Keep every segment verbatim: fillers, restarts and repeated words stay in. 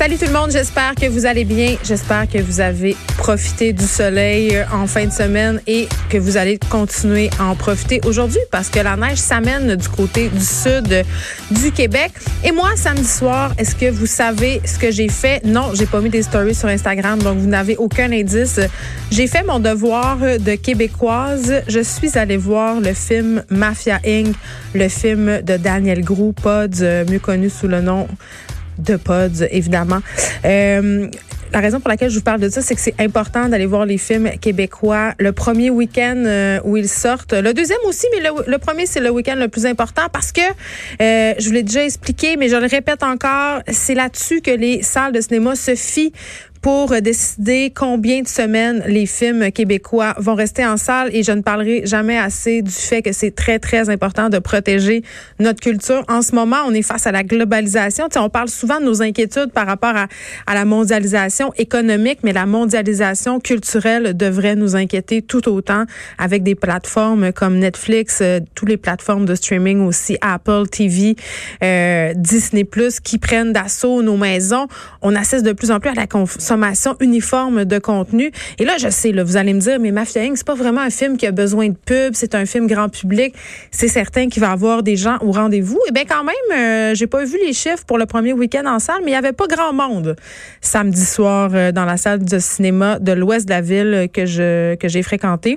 Salut tout le monde, j'espère que vous allez bien. J'espère que vous avez profité du soleil en fin de semaine et que vous allez continuer à en profiter aujourd'hui parce que la neige s'amène du côté du sud du Québec. Et moi, samedi soir, est-ce que vous savez ce que j'ai fait? Non, j'ai pas mis des stories sur Instagram, donc vous n'avez aucun indice. J'ai fait mon devoir de Québécoise. Je suis allée voir le film Mafia Incorporated, le film de Daniel Groux, Pods, mieux connu sous le nom de Pods, évidemment. Euh, la raison pour laquelle je vous parle de ça, c'est que c'est important d'aller voir les films québécois le premier week-end euh, où ils sortent. Le deuxième aussi, mais le, le premier, c'est le week-end le plus important parce que, euh, je vous l'ai déjà expliqué, mais je le répète encore, c'est là-dessus que les salles de cinéma se fient pour décider combien de semaines les films québécois vont rester en salle. Et je ne parlerai jamais assez du fait que c'est très, très important de protéger notre culture. En ce moment, on est face à la globalisation. Tu sais, on parle souvent de nos inquiétudes par rapport à, à la mondialisation économique, mais la mondialisation culturelle devrait nous inquiéter tout autant avec des plateformes comme Netflix, euh, toutes les plateformes de streaming aussi, Apple T V, euh, Disney plus, qui prennent d'assaut nos maisons. On assiste de plus en plus à la consommation uniforme de contenu. Et là, je sais, là, vous allez me dire, mais Mafia Incorporated, c'est pas vraiment un film qui a besoin de pub, c'est un film grand public. C'est certain qu'il va y avoir des gens au rendez-vous. Eh bien, quand même, euh, j'ai pas vu les chiffres pour le premier week-end en salle, mais il y avait pas grand monde samedi soir euh, dans la salle de cinéma de l'ouest de la ville que je que j'ai fréquentée.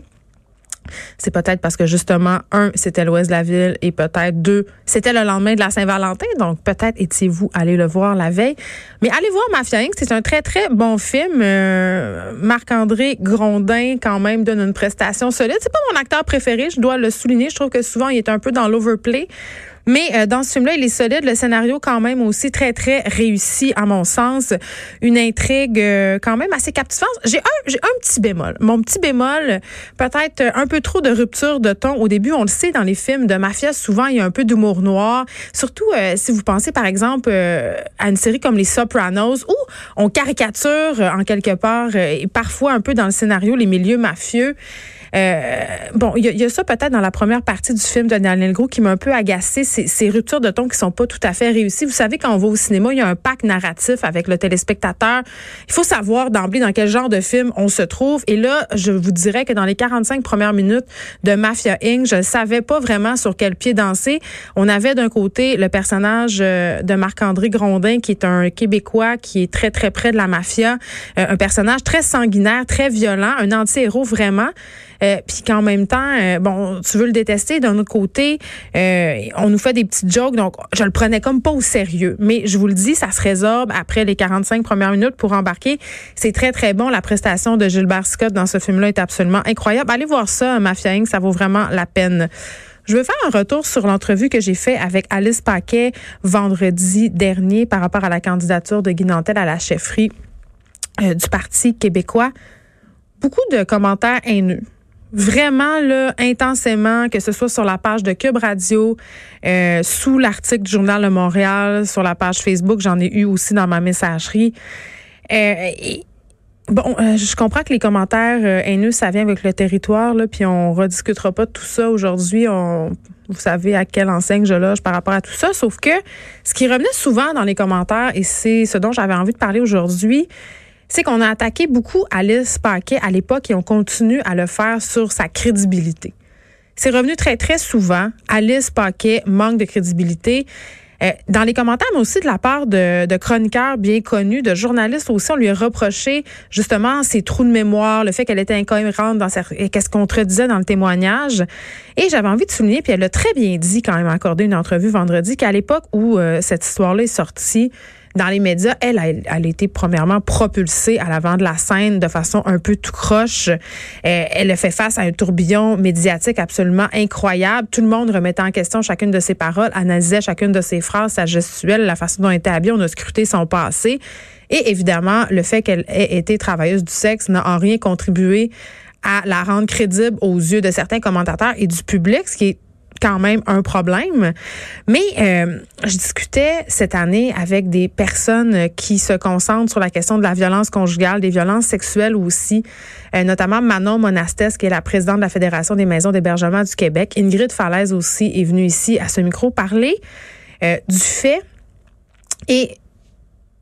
C'est peut-être parce que justement, un, c'était l'ouest de la ville et peut-être deux, c'était le lendemain de la Saint-Valentin. Donc, peut-être étiez-vous allé le voir la veille. Mais allez voir Mafia Incorporated, c'est un très, très bon film. Euh, Marc-André Grondin, quand même, donne une prestation solide. C'est pas mon acteur préféré, je dois le souligner. Je trouve que souvent, il est un peu dans l'overplay. Mais euh, dans ce film-là, il est solide. Le scénario, quand même, aussi très, très réussi, à mon sens. Une intrigue euh, quand même assez captivante. J'ai un, j'ai un petit bémol. Mon petit bémol, peut-être un peu trop de rupture de ton. Au début, on le sait, dans les films de mafia, souvent, il y a un peu d'humour noir. Surtout euh, si vous pensez, par exemple, euh, à une série comme Les Sopranos, où on caricature, euh, en quelque part, euh, et parfois un peu dans le scénario, les milieux mafieux. Euh, bon, il y, y a ça peut-être dans la première partie du film de Daniel Groux qui m'a un peu agacé, ces, ces ruptures de ton qui sont pas tout à fait réussies. Vous savez, quand on va au cinéma, il y a un pack narratif avec le téléspectateur. Il faut savoir d'emblée dans quel genre de film on se trouve. Et là, je vous dirais que dans les quarante-cinq premières minutes de Mafia Incorporated, je ne savais pas vraiment sur quel pied danser. On avait d'un côté le personnage de Marc-André Grondin, qui est un Québécois qui est très, très près de la mafia. Euh, un personnage très sanguinaire, très violent, un anti-héros vraiment. Euh, puis qu'en même temps, euh, bon, tu veux le détester. D'un autre côté, euh, on nous fait des petites jokes, donc je le prenais comme pas au sérieux. Mais je vous le dis, ça se résorbe après les quarante-cinq premières minutes pour embarquer. C'est très, très bon. La prestation de Gilbert Scott dans ce film-là est absolument incroyable. Allez voir ça, Mafia Incorporated, ça vaut vraiment la peine. Je veux faire un retour sur l'entrevue que j'ai fait avec Alice Paquet vendredi dernier par rapport à la candidature de Guy Nantel à la chefferie euh, du Parti québécois. Beaucoup de commentaires haineux. Vraiment, là, intensément, que ce soit sur la page de Cube Radio, euh, sous l'article du Journal de Montréal, sur la page Facebook, j'en ai eu aussi dans ma messagerie. Euh, et, bon, euh, je comprends que les commentaires euh, haineux, ça vient avec le territoire, là, puis on rediscutera pas de tout ça aujourd'hui. On, vous savez à quelle enseigne je loge par rapport à tout ça. Sauf que ce qui revenait souvent dans les commentaires, et c'est ce dont j'avais envie de parler aujourd'hui, c'est qu'on a attaqué beaucoup Alice Paquet à l'époque et on continue à le faire sur sa crédibilité. C'est revenu très, très souvent. Alice Paquet manque de crédibilité. Euh, dans les commentaires, mais aussi de la part de, de chroniqueurs bien connus, de journalistes aussi, on lui a reproché justement ses trous de mémoire, le fait qu'elle était incohérente dans sa, et qu'elle se contredisait dans le témoignage. Et j'avais envie de souligner, puis elle a très bien dit quand même accordé une entrevue vendredi, qu'à l'époque où euh, cette histoire-là est sortie, dans les médias, elle a, elle a été premièrement propulsée à l'avant de la scène de façon un peu tout croche. Euh, elle a fait face à un tourbillon médiatique absolument incroyable. Tout le monde remettait en question chacune de ses paroles, analysait chacune de ses phrases, sa gestuelle, la façon dont elle était habillée. On a scruté son passé. Et évidemment, le fait qu'elle ait été travailleuse du sexe n'a en rien contribué à la rendre crédible aux yeux de certains commentateurs et du public, ce qui est quand même un problème. Mais euh, je discutais cette année avec des personnes qui se concentrent sur la question de la violence conjugale, des violences sexuelles aussi, euh, notamment Manon Monastès, qui est la présidente de la Fédération des maisons d'hébergement du Québec. Ingrid Falaise aussi est venue ici à ce micro parler euh, du fait. Et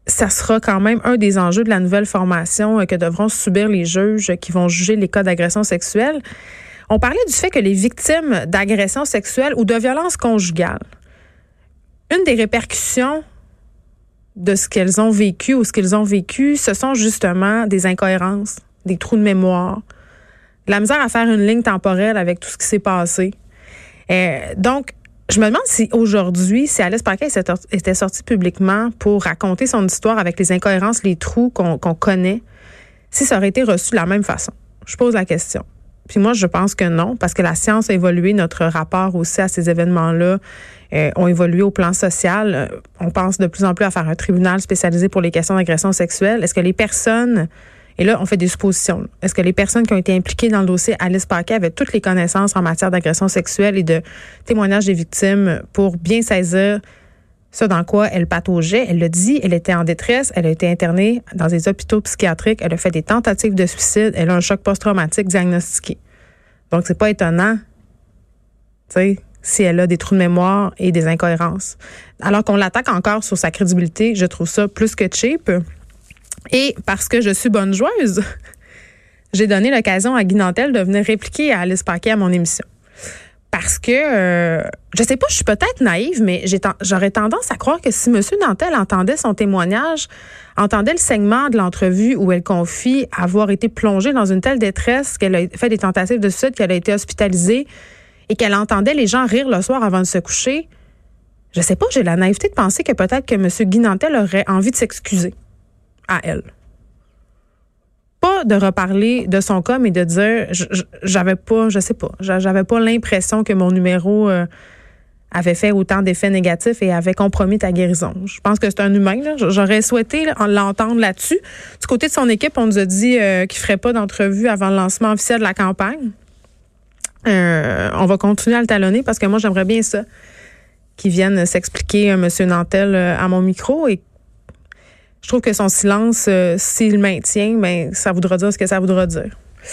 ça sera quand même un des enjeux de la nouvelle formation que devront subir les juges qui vont juger les cas d'agression sexuelle. On parlait du fait que les victimes d'agression sexuelle ou de violence conjugale, une des répercussions de ce qu'elles ont vécu ou ce qu'ils ont vécu, ce sont justement des incohérences, des trous de mémoire, de la misère à faire une ligne temporelle avec tout ce qui s'est passé. Euh, donc, je me demande si aujourd'hui, si Alice Paquet était sortie publiquement pour raconter son histoire avec les incohérences, les trous qu'on, qu'on connaît, si ça aurait été reçu de la même façon. Je pose la question. Puis moi, je pense que non, parce que la science a évolué, notre rapport aussi à ces événements-là euh, ont évolué au plan social. On pense de plus en plus à faire un tribunal spécialisé pour les questions d'agression sexuelle. Est-ce que les personnes, et là, on fait des suppositions, est-ce que les personnes qui ont été impliquées dans le dossier Alice Paquet avaient toutes les connaissances en matière d'agression sexuelle et de témoignages des victimes pour bien saisir ce dans quoi elle pataugeait? Elle l'a dit, elle était en détresse, elle a été internée dans des hôpitaux psychiatriques, elle a fait des tentatives de suicide, elle a un choc post-traumatique diagnostiqué. Donc, c'est pas étonnant, tu sais, si elle a des trous de mémoire et des incohérences. Alors qu'on l'attaque encore sur sa crédibilité, je trouve ça plus que cheap. Et parce que je suis bonne joueuse, j'ai donné l'occasion à Guy Nantel de venir répliquer à Alice Paquet à mon émission. Parce que, euh, je sais pas, je suis peut-être naïve, mais j'ai ten- j'aurais tendance à croire que si M. Nantel entendait son témoignage, entendait le segment de l'entrevue où elle confie avoir été plongée dans une telle détresse qu'elle a fait des tentatives de suicide, qu'elle a été hospitalisée et qu'elle entendait les gens rire le soir avant de se coucher, je sais pas, j'ai la naïveté de penser que peut-être que M. Guy Nantel aurait envie de s'excuser à elle. Pas de reparler de son cas, mais de dire, j'avais pas, je sais pas, j'avais pas l'impression que mon numéro euh, avait fait autant d'effets négatifs et avait compromis ta guérison. Je pense que c'est un humain, là. J'aurais souhaité là, l'entendre là-dessus. Du côté de son équipe, on nous a dit euh, qu'il ferait pas d'entrevue avant le lancement officiel de la campagne. Euh, on va continuer à le talonner parce que moi, j'aimerais bien ça, qu'il vienne s'expliquer, euh, M. Nantel, euh, à mon micro. Et je trouve que son silence, euh, s'il le maintient, ben, ça voudra dire ce que ça voudra dire.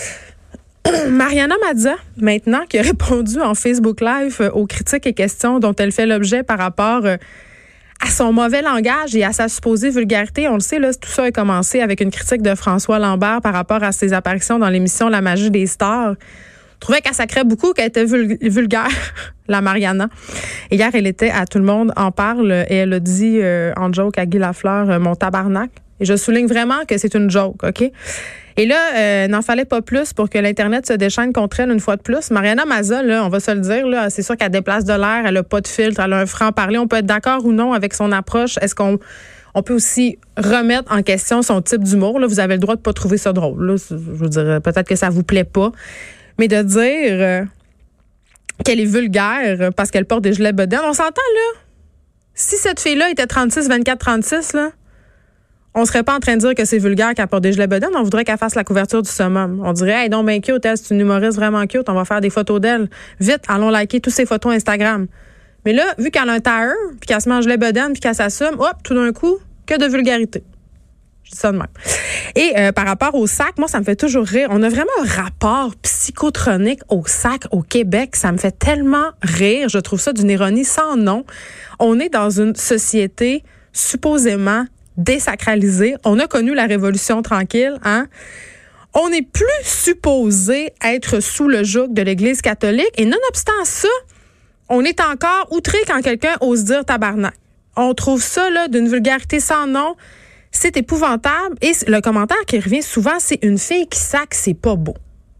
Mariana Mazza, maintenant, qui a répondu en Facebook Live euh, aux critiques et questions dont elle fait l'objet par rapport euh, à son mauvais langage et à sa supposée vulgarité. On le sait, là, tout ça a commencé avec une critique de François Lambert par rapport à ses apparitions dans l'émission La magie des stars. Je trouvais qu'elle sacrait beaucoup, qu'elle était vul- vulgaire, la Mariana. Et hier, elle était à Tout le monde en parle et elle a dit euh, en joke à Guy Lafleur, euh, mon tabarnak. Et je souligne vraiment que c'est une joke, OK? Et là, euh, n'en fallait pas plus pour que l'Internet se déchaîne contre elle une fois de plus. Mariana Mazza, là, on va se le dire, là, c'est sûr qu'elle déplace de l'air, elle a pas de filtre, elle a un franc-parler. On peut être d'accord ou non avec son approche. Est-ce qu'on on peut aussi remettre en question son type d'humour? Là, vous avez le droit de pas trouver ça drôle. Là. Je veux dire, peut-être que ça vous plaît pas. Mais de dire euh, qu'elle est vulgaire parce qu'elle porte des gilets bedaines, on s'entend, là? Si cette fille-là était trente-six, vingt-quatre, trente-six, là, on serait pas en train de dire que c'est vulgaire qu'elle porte des gilets bedaines. On voudrait qu'elle fasse la couverture du Summum. On dirait, hey, donc, ben cute, elle, c'est une humoriste vraiment cute. On va faire des photos d'elle. Vite, allons liker toutes ses photos Instagram. Mais là, vu qu'elle a un tire, puis qu'elle se mange les bedaines, puis qu'elle s'assume, hop, tout d'un coup, que de vulgarité. Je dis ça de même. Et euh, par rapport au sac, moi, ça me fait toujours rire. On a vraiment un rapport psychotronique au sac au Québec. Ça me fait tellement rire. Je trouve ça d'une ironie sans nom. On est dans une société supposément désacralisée. On a connu la Révolution tranquille, hein? On n'est plus supposé être sous le joug de l'Église catholique. Et nonobstant ça, on est encore outré quand quelqu'un ose dire tabarnak. On trouve ça là d'une vulgarité sans nom. C'est épouvantable. Et le commentaire qui revient souvent, c'est une fille qui sac, c'est pas beau.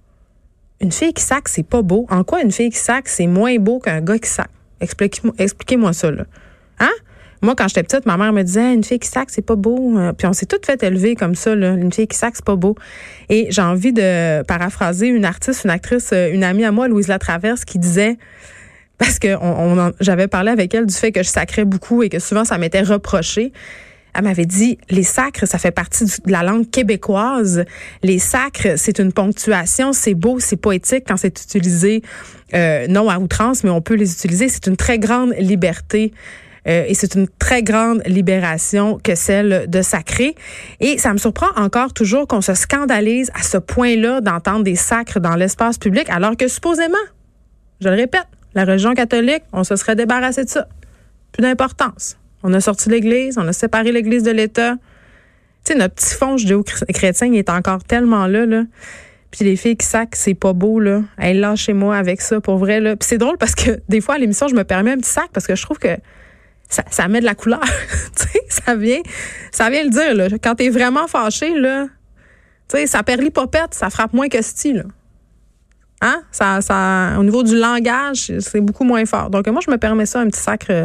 Une fille qui sac, c'est pas beau. En quoi une fille qui sac, c'est moins beau qu'un gars qui sac? Expliquez-moi, expliquez-moi ça, là. Hein? Moi, quand j'étais petite, ma mère me disait, une fille qui sac, c'est pas beau. Puis on s'est toutes fait élever comme ça, là. Une fille qui sac, c'est pas beau. Et j'ai envie de paraphraser une artiste, une actrice, une amie à moi, Louise Latraverse, qui disait, parce que on, on, j'avais parlé avec elle du fait que je sacrais beaucoup et que souvent ça m'était reproché. Elle m'avait dit, les sacres, ça fait partie de la langue québécoise. Les sacres, c'est une ponctuation, c'est beau, c'est poétique quand c'est utilisé, euh, non à outrance, mais on peut les utiliser. C'est une très grande liberté. Euh, et c'est une très grande libération que celle de sacrer. Et ça me surprend encore toujours qu'on se scandalise à ce point-là d'entendre des sacres dans l'espace public, alors que supposément, je le répète, la religion catholique, on se serait débarrassé de ça. Plus d'importance. On a sorti l'Église, on a séparé l'Église de l'État. Tu sais, notre petit fond judéo-chrétien, il est encore tellement là, là. Puis les filles qui sacent, c'est pas beau, là. Hey, lâchez-moi avec ça, pour vrai, là. Puis c'est drôle parce que des fois, à l'émission, je me permets un petit sac parce que je trouve que ça, ça met de la couleur. Tu sais, ça vient, ça vient le dire, là. Quand t'es vraiment fâché, là, tu sais, ça perlit-popette, ça frappe moins que style, là. Hein? Ça, ça, au niveau du langage, c'est beaucoup moins fort. Donc, moi, je me permets ça, un petit sacre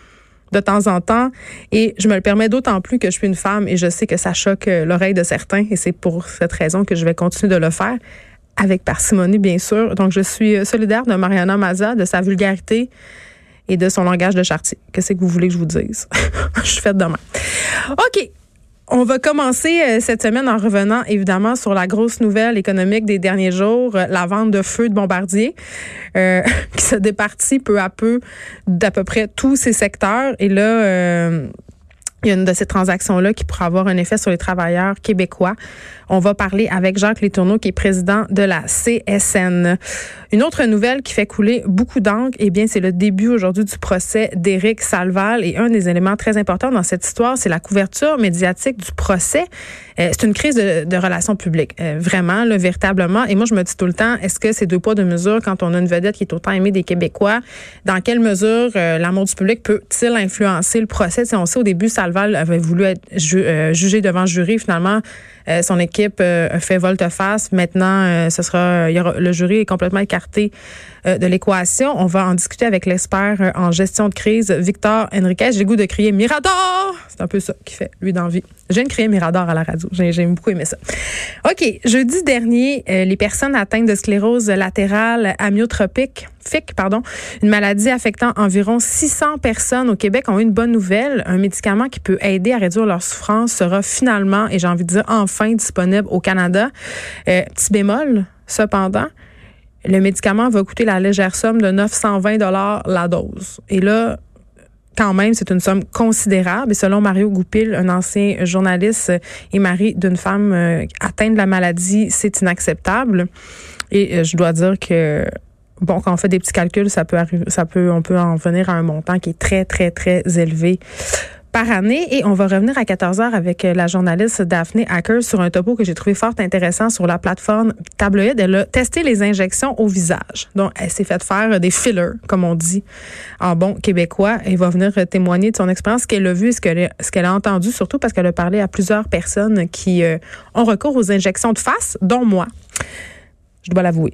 de temps en temps. Et je me le permets d'autant plus que je suis une femme et je sais que ça choque l'oreille de certains. Et c'est pour cette raison que je vais continuer de le faire avec parcimonie, bien sûr. Donc, je suis solidaire de Mariana Mazza, de sa vulgarité et de son langage de charretier. Qu'est-ce que vous voulez que je vous dise? Je suis faite demain. OK. On va commencer euh, cette semaine en revenant évidemment sur la grosse nouvelle économique des derniers jours, euh, la vente de feux de Bombardier, euh, qui se départit peu à peu d'à peu près tous ces secteurs. Et là, euh, il y a une de ces transactions-là qui pourrait avoir un effet sur les travailleurs québécois. On va parler avec Jacques Letourneau, qui est président de la C S N. Une autre nouvelle qui fait couler beaucoup d'encre, eh bien, c'est le début aujourd'hui du procès d'Éric Salvalle. Et un des éléments très importants dans cette histoire, c'est la couverture médiatique du procès. Euh, c'est une crise de, de relations publiques, euh, vraiment, là, véritablement. Et moi, je me dis tout le temps, est-ce que c'est deux poids, deux mesures quand on a une vedette qui est autant aimée des Québécois? Dans quelle mesure euh, l'amour du public peut-il influencer le procès? T'sais, on sait au début, Salvalle avait voulu être ju- euh, jugé devant le jury. Finalement, euh, son équipe euh, a fait volte-face. Maintenant, euh, ce sera, il y aura, le jury est complètement écarté euh, de l'équation. On va en discuter avec l'expert euh, en gestion de crise, Victor Henriquez. J'ai le goût de crier Mirador! C'est un peu ça qu'il fait, lui, dans la vie. Je viens de crier Mirador à la radio. J'ai, j'ai beaucoup aimé ça. OK. Jeudi dernier, euh, les personnes atteintes de sclérose latérale amyotropique, F I C, pardon, une maladie affectant environ six cents personnes au Québec, ont eu une bonne nouvelle. Un médicament qui peut aider à réduire leur souffrance sera finalement, et j'ai envie de dire enfin, disponible au Canada. Euh, petit bémol, cependant, le médicament va coûter la légère somme de neuf cent vingt dollars la dose. Et là, quand même, c'est une somme considérable. Et selon Mario Goupil, un ancien journaliste et mari d'une femme euh, atteinte de la maladie, c'est inacceptable. Et euh, je dois dire que, bon, quand on fait des petits calculs, ça peut arriver, ça peut, on peut en venir à un montant qui est très, très, très élevé par année. Et on va revenir à quatorze heures avec la journaliste Daphné Hacker sur un topo que j'ai trouvé fort intéressant sur la plateforme Tabloïd. Elle a testé les injections au visage. Donc, elle s'est fait faire des fillers, comme on dit en bon québécois. Elle va venir témoigner de son expérience, ce qu'elle a vu, ce qu'elle a, ce qu'elle a entendu, surtout parce qu'elle a parlé à plusieurs personnes qui euh, ont recours aux injections de face, dont moi. Je dois l'avouer.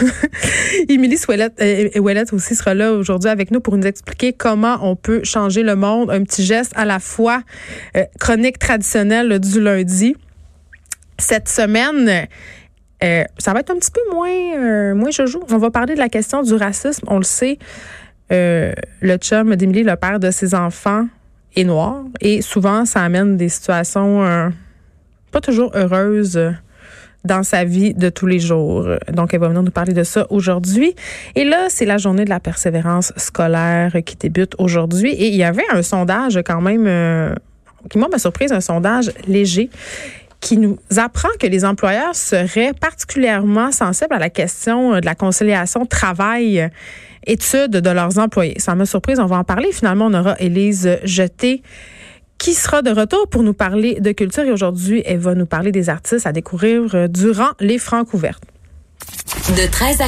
Émilie Ouellette, euh, Ouellette aussi sera là aujourd'hui avec nous pour nous expliquer comment on peut changer le monde. Un petit geste à la fois euh, chronique traditionnelle là, du lundi. Cette semaine, euh, ça va être un petit peu moins, euh, moins joujou. On va parler de la question du racisme. On le sait, euh, le chum d'Émilie, le père de ses enfants, est noir. Et souvent, ça amène des situations euh, pas toujours heureuses euh, dans sa vie de tous les jours. Donc, elle va venir nous parler de ça aujourd'hui. Et là, c'est la journée de la persévérance scolaire qui débute aujourd'hui. Et il y avait un sondage quand même, euh, qui m'a surprise, un sondage léger qui nous apprend que les employeurs seraient particulièrement sensibles à la question de la conciliation travail-études de leurs employés. Ça m'a surprise, on va en parler. Finalement, on aura Élise Jeté, qui sera de retour pour nous parler de culture. Et aujourd'hui, elle va nous parler des artistes à découvrir durant les Francs ouvertes. De treize à